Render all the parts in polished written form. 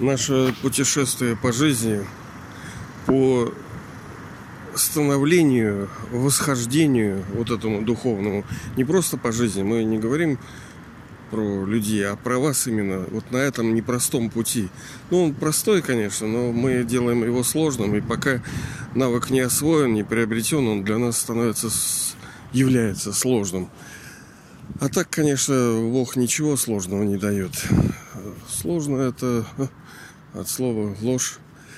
Наше путешествие по жизни, по становлению, восхождению вот этому духовному, не просто по жизни, мы не говорим про людей, а про вас именно, вот на этом непростом пути. Ну, он простой, конечно, но мы делаем его сложным, и пока навык не освоен, не приобретен, он для нас является сложным. А так, конечно, Бог ничего сложного не дает. Сложно это от слова ложь.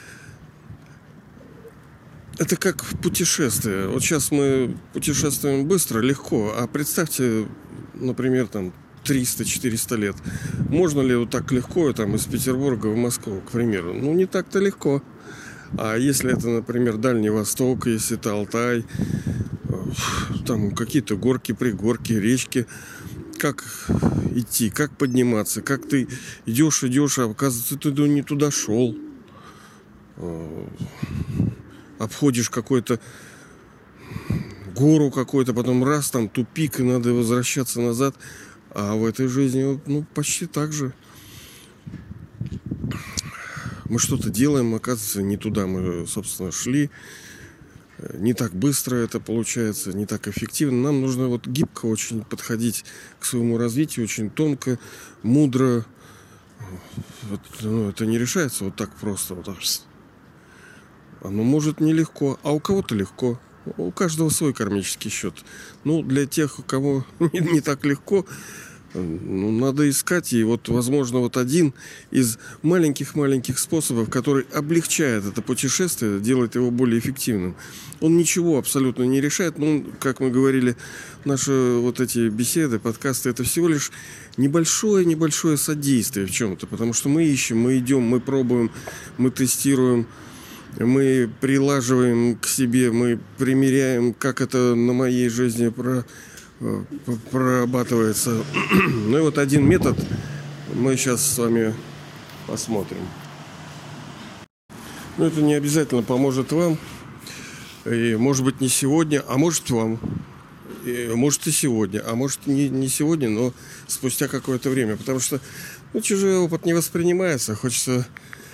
Это как путешествие. Вот сейчас мы путешествуем быстро, легко. А представьте, например, там 300-400 лет. Можно ли вот так легко там, из Петербурга в Москву, к примеру? Ну, не так-то легко. А если это, например, Дальний Восток, если это Алтай, там какие-то горки, пригорки, речки, как идти, как подниматься, как ты идешь, а оказывается, ты не туда шел. Обходишь какую-то гору какой-то, потом раз, там тупик, и надо возвращаться назад. А в этой жизни, ну, почти так же. Мы что-то делаем, оказывается, не туда мы, собственно, шли. Не так быстро это получается, не так эффективно. Нам нужно вот гибко очень подходить к своему развитию, очень тонко, мудро. Вот, это не решается вот так просто. Вот так. Оно может нелегко, а у кого-то легко. У каждого свой кармический счет. Ну, для тех, у кого не так легко, ну, надо искать. И вот, возможно, вот один из маленьких способов, который облегчает это путешествие, делает его более эффективным. Он ничего абсолютно не решает. Ну, как мы говорили, наши вот эти беседы, подкасты, это всего лишь небольшое содействие в чем-то. Потому что мы ищем, мы идем, мы пробуем, мы тестируем. Мы прилаживаем к себе, мы примеряем, как это на моей жизни прорабатывается. Ну и вот один метод мы сейчас с вами посмотрим. Но это не обязательно поможет вам. И, может быть, не сегодня, а может вам. И, может и сегодня, а может не сегодня, но спустя какое-то время. Потому что чужой опыт не воспринимается. Хочется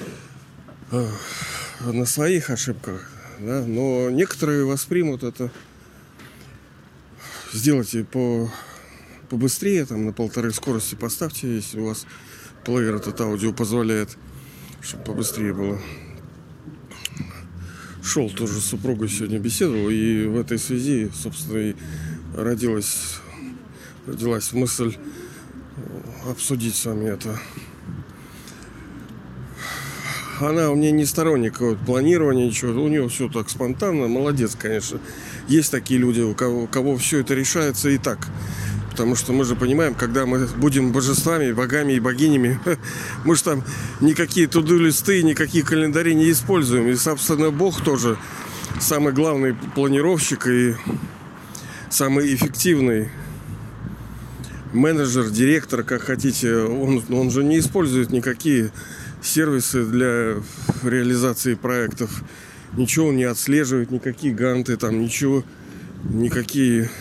на своих ошибках, да? Но некоторые воспримут это. Сделайте побыстрее, там на 1,5 скорости поставьте, если у вас плеер этот аудио позволяет, чтобы побыстрее было. Шел тоже с супругой сегодня, беседовал, и в этой связи, собственно, и родилась мысль обсудить с вами это. Она у меня не сторонник планирования, ничего. У нее все так спонтанно. Молодец, конечно. Есть такие люди, у кого все это решается и так. Потому что мы же понимаем, когда мы будем божествами, богами и богинями, мы же там никакие туду-листы, никакие календари не используем. И, собственно, Бог тоже самый главный планировщик и самый эффективный менеджер, директор, как хотите. Он же не использует никакие сервисы для реализации проектов. Ничего он не отслеживает, никакие ганты, там ничего, никакие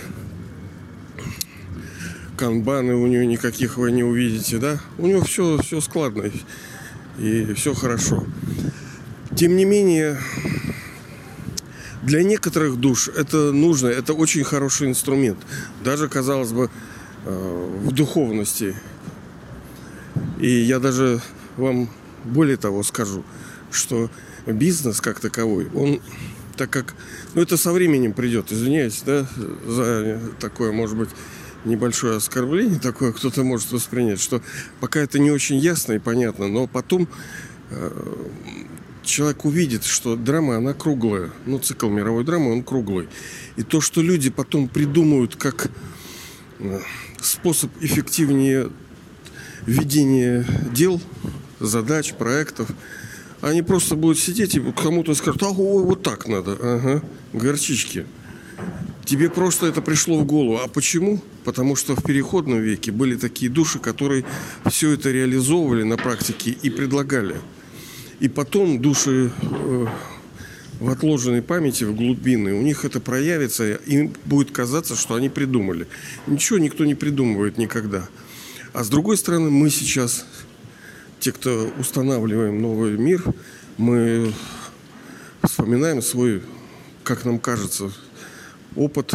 канбаны у него никаких вы не увидите, да? У него все складно и все хорошо. Тем не менее, для некоторых душ это нужно, это очень хороший инструмент. Даже, казалось бы, в духовности. И я даже вам более того скажу, что бизнес как таковой, он, так как, это со временем придет, извиняюсь, да, за такое, может быть, небольшое оскорбление, такое кто-то может воспринять, что пока это не очень ясно и понятно, но потом человек увидит, что драма, она круглая, цикл мировой драмы, он круглый. И то, что люди потом придумают как способ эффективнее ведения дел, задач, проектов, они просто будут сидеть и кому-то скажут: ой, вот так надо, ага, горчички. Тебе просто это пришло в голову. А почему? Потому что в переходном веке были такие души, которые все это реализовывали на практике и предлагали. И потом души в отложенной памяти, в глубины, у них это проявится, им будет казаться, что они придумали. Ничего никто не придумывает никогда. А с другой стороны, мы сейчас те, кто устанавливаем новый мир, мы вспоминаем свой, как нам кажется, опыт.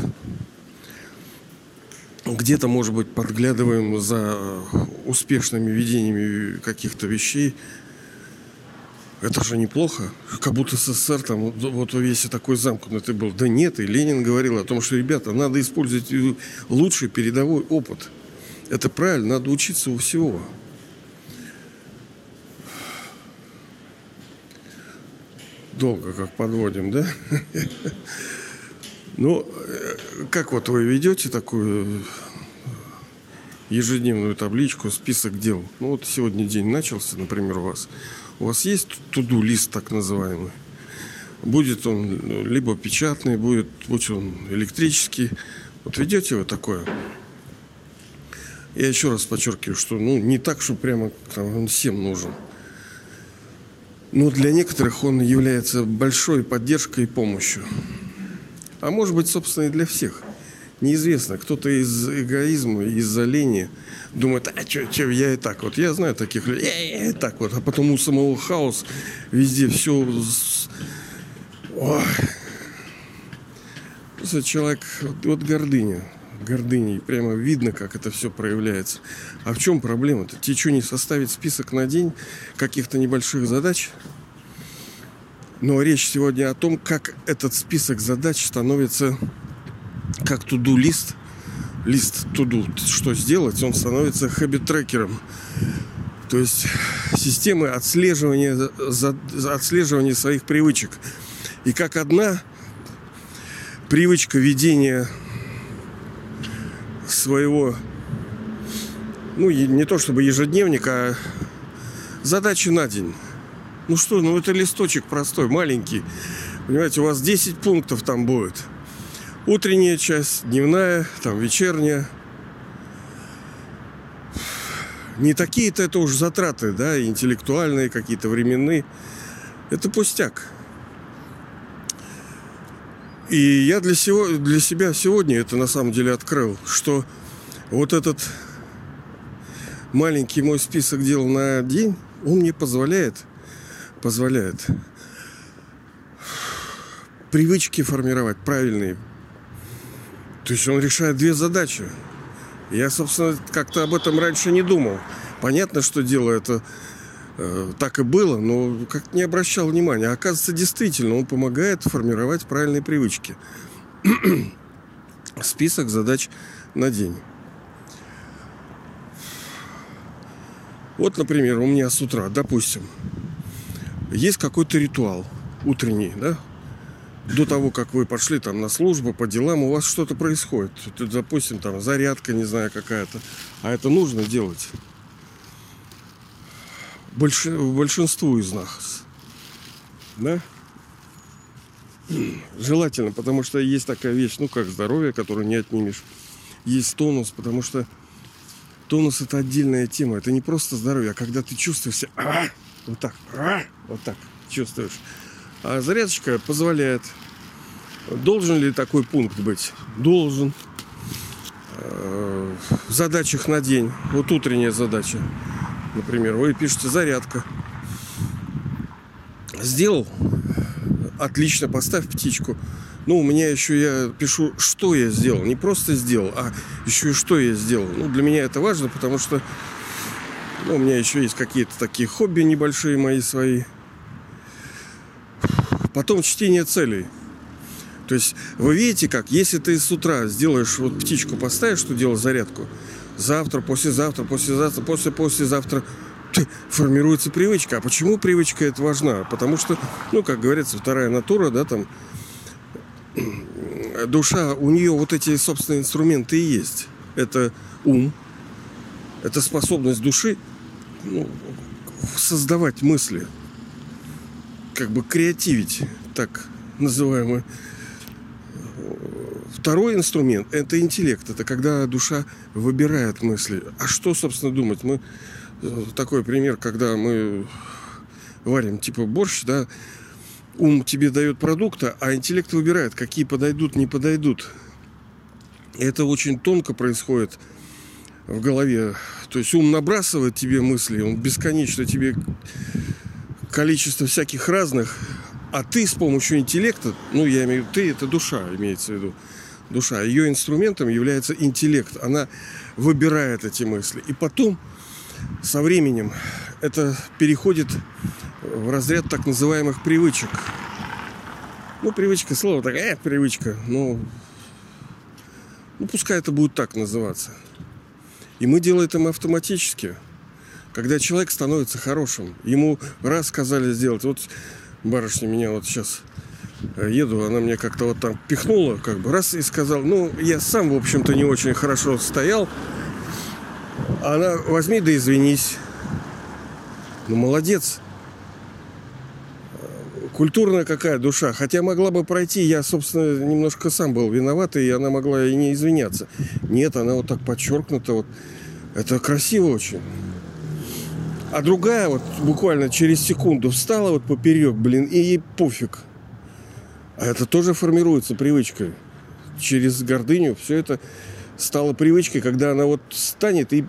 Где-то, может быть, подглядываем за успешными видениями каких-то вещей. Это же неплохо. Как будто СССР там вот весь такой замкнутый был. Да нет, и Ленин говорил о том, что, ребята, надо использовать лучший передовой опыт. Это правильно, надо учиться у всего. Долго как подводим, да? Ну, как вот вы ведете такую ежедневную табличку, список дел? Ну, вот сегодня день начался, например, у вас. У вас есть to-do лист так называемый? Будет он либо печатный, будь он электрический. Вот ведете вы такое? Я еще раз подчеркиваю, что не так, что прямо он всем нужен. Но для некоторых он является большой поддержкой и помощью. А может быть, собственно, и для всех. Неизвестно. Кто-то из эгоизма, из-за лени думает, что я и так. Вот я знаю таких людей, я и так вот. А потом у самого хаос везде все. Ой. Просто человек, вот гордыня. Гордыней. Прямо видно, как это все проявляется. А в чем проблема-то? Тебе что, не составить список на день каких-то небольших задач? Но речь сегодня о том, как этот список задач становится как to-do-лист. Лист to-do, что сделать, он становится habit-трекером. То есть системой отслеживания своих привычек. И как одна привычка ведения своего, не то чтобы ежедневника, а задачи на день. Это листочек простой, маленький. Понимаете, у вас 10 пунктов там будет. Утренняя часть, дневная, там вечерняя. Не такие-то это уж затраты, да, интеллектуальные, какие-то временные. Это пустяк. И я для себя сегодня это на самом деле открыл, что вот этот маленький мой список дел на день, он мне позволяет привычки формировать правильные. То есть он решает 2 задачи. Я, собственно, как-то об этом раньше не думал. Понятно, что дело это так и было, но как-то не обращал внимания. Оказывается, действительно, он помогает формировать правильные привычки. Список задач на день. Вот, например, у меня с утра, допустим, есть какой-то ритуал утренний, да? До того, как вы пошли там на службу, по делам, у вас что-то происходит. Допустим, там зарядка, не знаю, какая-то. А это нужно делать. Большинству из нас. Да? Желательно, потому что есть такая вещь, как здоровье, которую не отнимешь. Есть тонус, потому что тонус — это отдельная тема. Это не просто здоровье, а когда ты чувствуешь себя вот так чувствуешь. А зарядочка позволяет. Должен ли такой пункт быть? Должен. В задачах на день. Вот утренняя задача. Например, вы пишете зарядка. Сделал? Отлично, поставь птичку. У меня еще я пишу, что я сделал. Не просто сделал, а еще и что я сделал. Для меня это важно, потому что у меня еще есть какие-то такие хобби небольшие мои свои. Потом чтение целей. То есть вы видите как, если ты с утра сделаешь, вот птичку поставишь, что делать зарядку, завтра, послезавтра, послезавтра формируется привычка. А почему привычка это важна? Потому что, как говорится, вторая натура, да, там душа, у нее вот эти собственные инструменты и есть. Это ум, это способность души создавать мысли, креативить, так называемый. Второй инструмент — это интеллект. Это когда душа выбирает мысли. А что, собственно, думать? Такой пример, когда мы варим борщ, да, ум тебе дает продукты, а интеллект выбирает, какие подойдут, не подойдут. И это очень тонко происходит. в голове. То есть ум набрасывает тебе мысли, он бесконечно тебе количество всяких разных, а ты с помощью интеллекта, ну, я имею в виду, ты, это душа, имеется в виду, душа, ее инструментом является интеллект, она выбирает эти мысли. И потом, со временем, это переходит в разряд так называемых привычек. Ну, привычка, слово такое, привычка, ну, пускай это будет так называться. И мы делаем это автоматически. Когда человек становится хорошим, ему раз сказали сделать. Вот барышня меня вот сейчас еду, она мне как-то вот там пихнула, как бы раз и сказал, ну, я сам, в общем-то, не очень хорошо стоял. Она, возьми да извинись. Ну, молодец. Культурная какая душа. Хотя могла бы пройти, я, собственно, немножко сам был виноват, и она могла и не извиняться. Нет, она вот так подчеркнута. Вот. Это красиво очень. А другая вот буквально через секунду встала вот поперек, блин, и ей пофиг. А это тоже формируется привычкой. Через гордыню все это стало привычкой, когда она вот встанет и...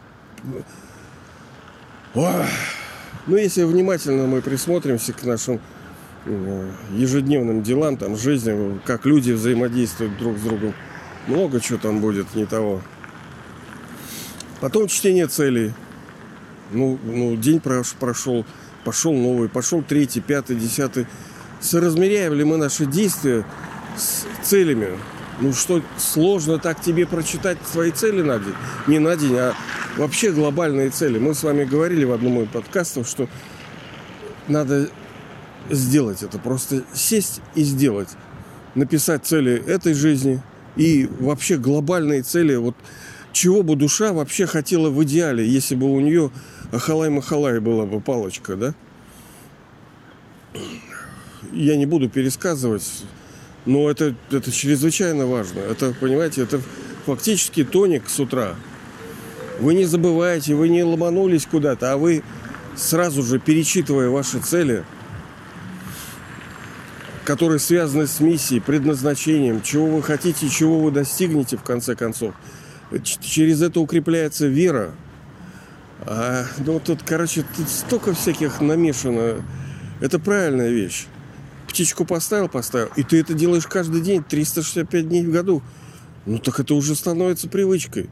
Ох. Ну, если внимательно мы присмотримся к нашим ежедневным делам, там, жизни, как люди взаимодействуют друг с другом, много чего там будет не того. Потом чтение целей. Ну, день прошел, пошел новый, пошел 3-й, 5-й, 10-й. Соразмеряем ли мы наши действия с целями? Ну, что, сложно так тебе прочитать свои цели на день? Не на день, а вообще глобальные цели. Мы с вами говорили в одном из подкастов, что надо сделать это. Просто сесть и сделать. Написать цели этой жизни и вообще глобальные цели. Вот чего бы душа вообще хотела в идеале, если бы у нее ахалай-махалай была бы палочка, да? Я не буду пересказывать, но это чрезвычайно важно. Это, понимаете, это фактически тоник с утра. Вы не забываете, вы не ломанулись куда-то, а вы сразу же, перечитывая ваши цели, которые связаны с миссией, предназначением, чего вы хотите, чего вы достигнете в конце концов, через это укрепляется вера. Ну, тут столько всяких намешано. Это правильная вещь. Птичку поставил, и ты это делаешь каждый день, 365 дней в году. Ну, так это уже становится привычкой.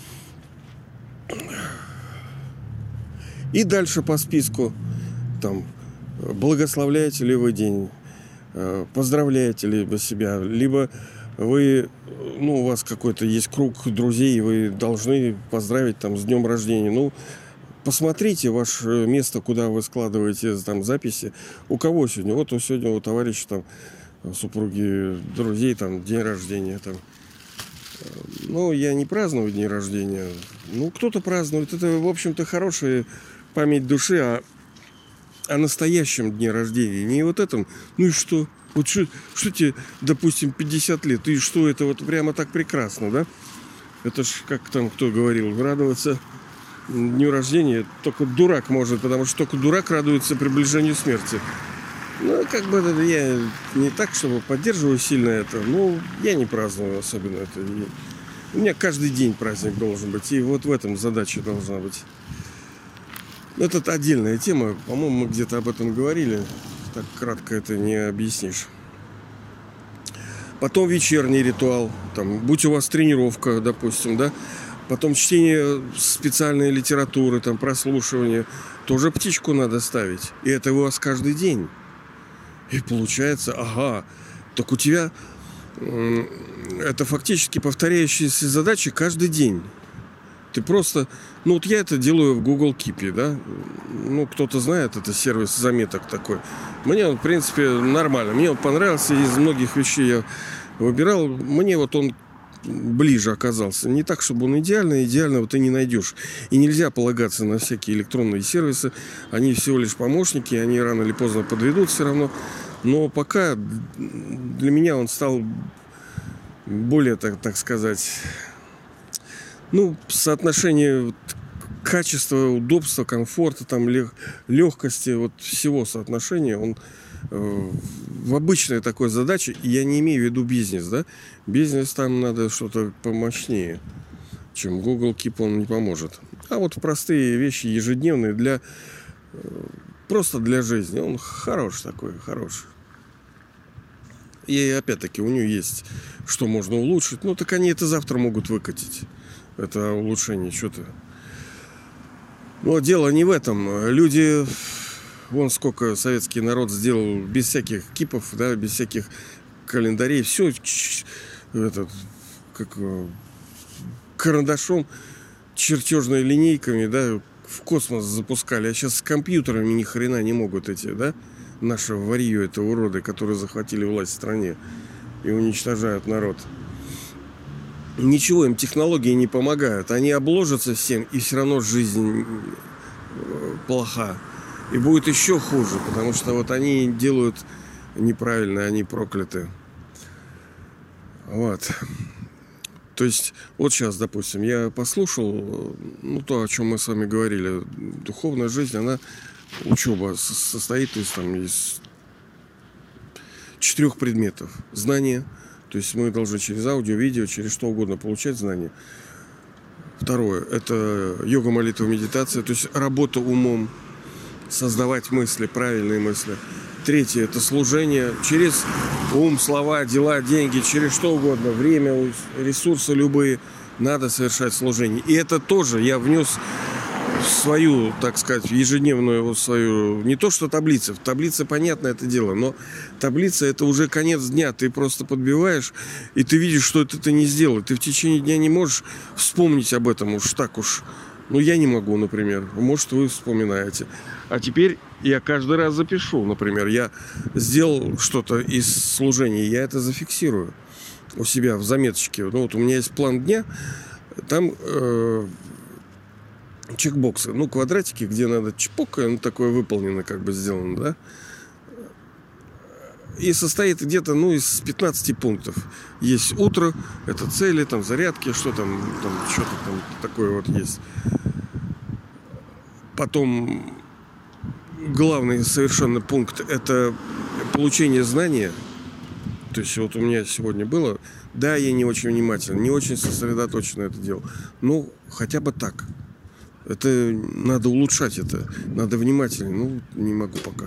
И дальше по списку. Там, благословляете ли вы день, поздравляете ли вы себя, либо вы, у вас какой-то есть круг друзей, и вы должны поздравить там с днем рождения. Ну, посмотрите ваше место, куда вы складываете там записи. У кого сегодня? Вот сегодня у товарища там супруги, друзей, там день рождения. Там. Ну, я не праздную день рождения. Ну, кто-то празднует. Это, в общем-то, хорошая память души о настоящем дне рождения. Не вот этом. Ну и что? Вот что тебе, допустим, 50 лет? И что, это вот прямо так прекрасно, да? Это ж, как там кто говорил, радоваться дню рождения только дурак может, потому что только дурак радуется приближению смерти. Ну, как бы я не так, чтобы поддерживаю сильно это, но я не праздную особенно это. У меня каждый день праздник должен быть, и вот в этом задача должна быть. Это отдельная тема, по-моему, мы где-то об этом говорили, так кратко это не объяснишь. Потом вечерний ритуал, там, будь у вас тренировка, допустим, да, потом чтение специальной литературы, там, прослушивание, тоже птичку надо ставить, и это у вас каждый день. И получается, так у тебя это фактически повторяющиеся задачи каждый день. Ты просто... Ну, вот я это делаю в Google Keep, да. Ну, кто-то знает, это сервис заметок такой. Мне он, в принципе, нормально. Мне он понравился. Из многих вещей я выбирал. Мне вот он ближе оказался. Не так, чтобы он идеальный. Идеального ты не найдешь. И нельзя полагаться на всякие электронные сервисы. Они всего лишь помощники. Они рано или поздно подведут все равно. Но пока для меня он стал более, так сказать... Ну, соотношение качества, удобства, комфорта, там, легкости, вот всего соотношения, он в обычной такой задаче, и я не имею в виду бизнес, да, бизнес там надо что-то помощнее, чем Google Keep, он не поможет. А вот простые вещи ежедневные просто для жизни, он хорош такой, хороший. И опять-таки у нее есть, что можно улучшить. Ну, так они это завтра могут выкатить. Это улучшение, что-то. Но дело не в этом. Люди, вон сколько советский народ сделал без всяких кипов, да, без всяких календарей. Все карандашом, чертежными линейками, да, в космос запускали. А сейчас с компьютерами ни хрена не могут эти, да, наше варье, это уроды, которые захватили власть в стране и уничтожают народ. Ничего им технологии не помогают. Они обложатся всем, и все равно жизнь плоха. И будет еще хуже, потому что вот они делают неправильно, они прокляты. Вот. То есть, вот сейчас, допустим, я послушал, то, о чем мы с вами говорили. Духовная жизнь, учеба состоит из 4 предметов. Знания. То есть мы должны через аудио, видео, через что угодно получать знания. Второе – это йога, молитва, медитация. То есть работа умом, создавать мысли, правильные мысли. Третье – это служение через ум, слова, дела, деньги, через что угодно. Время, ресурсы любые. Надо совершать служение. И это тоже я внес свою, так сказать, ежедневную свою, не то что таблица, в таблице понятно это дело, но таблица это уже конец дня, ты просто подбиваешь, и ты видишь, что это ты не сделал, ты в течение дня не можешь вспомнить об этом уж так уж, я не могу, например, может вы вспоминаете, а теперь я каждый раз запишу, например, я сделал что-то из служения, я это зафиксирую у себя в заметочке, вот у меня есть план дня, там чекбоксы, квадратики, где надо чпок, такое выполнено, сделано, да. И состоит где-то, из 15 пунктов. Есть утро, это цели, там зарядки, что что-то там такое вот есть. Потом главный совершенно пункт – это получение знания. То есть вот у меня сегодня было, да, я не очень внимательно, не очень сосредоточенно это делал. Хотя бы так. Это надо улучшать это. Надо внимательно. Не могу пока.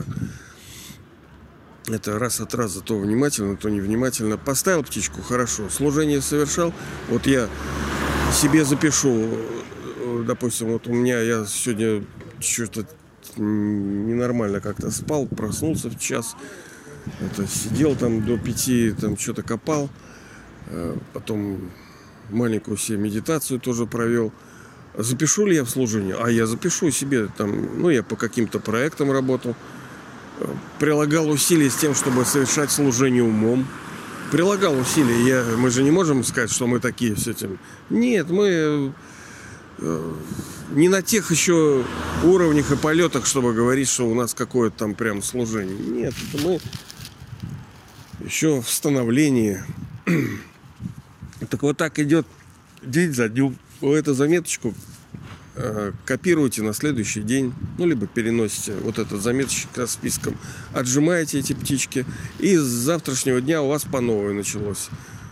Это раз от раза то внимательно, то невнимательно. Поставил птичку, хорошо. Служение совершал. Вот я себе запишу. Допустим, вот у меня я сегодня что-то ненормально как-то спал. Проснулся в час. Сидел там до 5, там что-то копал. Потом маленькую себе медитацию тоже провел. Запишу ли я в служение? А я запишу себе там, я по каким-то проектам работал, прилагал усилия с тем, чтобы совершать служение умом. Прилагал усилия. Мы же не можем сказать, что мы такие с этим. Нет, мы не на тех еще уровнях и полетах, чтобы говорить, что у нас какое-то там прям служение. Нет, это мы еще в становлении. Так вот так идет день за днем. Вы эту заметочку копируете на следующий день, либо переносите вот этот заметочек с списком, отжимаете эти птички, и с завтрашнего дня у вас по новой началось.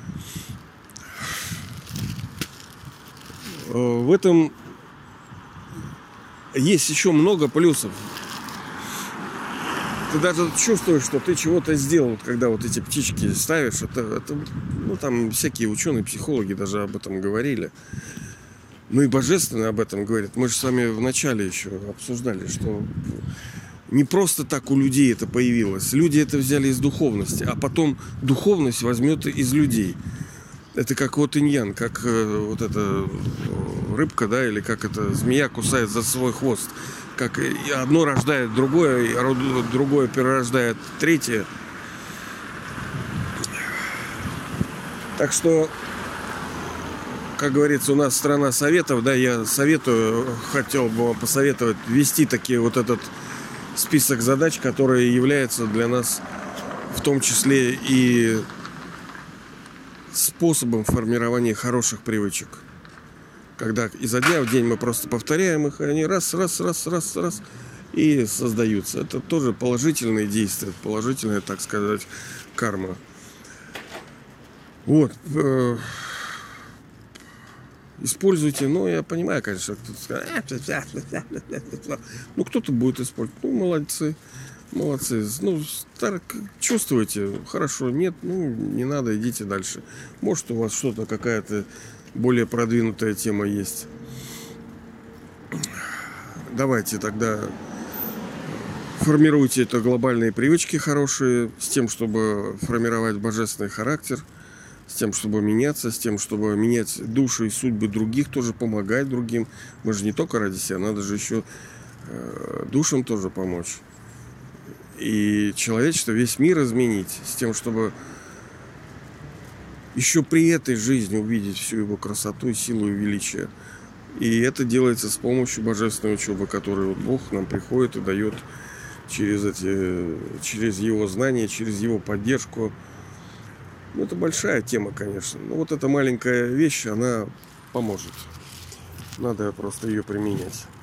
В этом есть еще много плюсов. Ты даже чувствуешь, что ты чего-то сделал, когда вот эти птички ставишь. Это там всякие ученые, психологи даже об этом говорили. И божественно об этом говорят. Мы же с вами в начале еще обсуждали, что не просто так у людей это появилось. Люди это взяли из духовности, а потом духовность возьмет из людей. Это как вот инь-ян, как вот эта рыбка, да, или как эта змея кусает за свой хвост. Как одно рождает другое, другое перерождает третье. Так что, как говорится, у нас страна советов, да, я хотел бы вам посоветовать ввести такие вот этот список задач, которые являются для нас в том числе и способом формирования хороших привычек. Когда изо дня в день мы просто повторяем их, и они раз, и создаются. Это тоже положительные действия, положительная, так сказать, карма. Вот. используйте. Но я понимаю, конечно, кто-то скажет, ну, кто-то будет использовать. Ну, молодцы. Молодцы. Ну, чувствуете, хорошо, нет, ну, не надо, идите дальше. Может, у вас что-то, какая-то более продвинутая тема есть. Давайте тогда формируйте это глобальные привычки хорошие, с тем, чтобы формировать божественный характер, с тем, чтобы меняться, с тем, чтобы менять души и судьбы других, тоже помогать другим. Мы же не только ради себя, надо же еще душам тоже помочь. И человечество, весь мир изменить, с тем, чтобы еще при этой жизни увидеть всю его красоту, силу и величие. И это делается с помощью божественной учебы, которую Бог нам приходит и дает через его знания, через его поддержку. Ну, это большая тема, конечно. Но вот эта маленькая вещь, она поможет. Надо просто ее применять.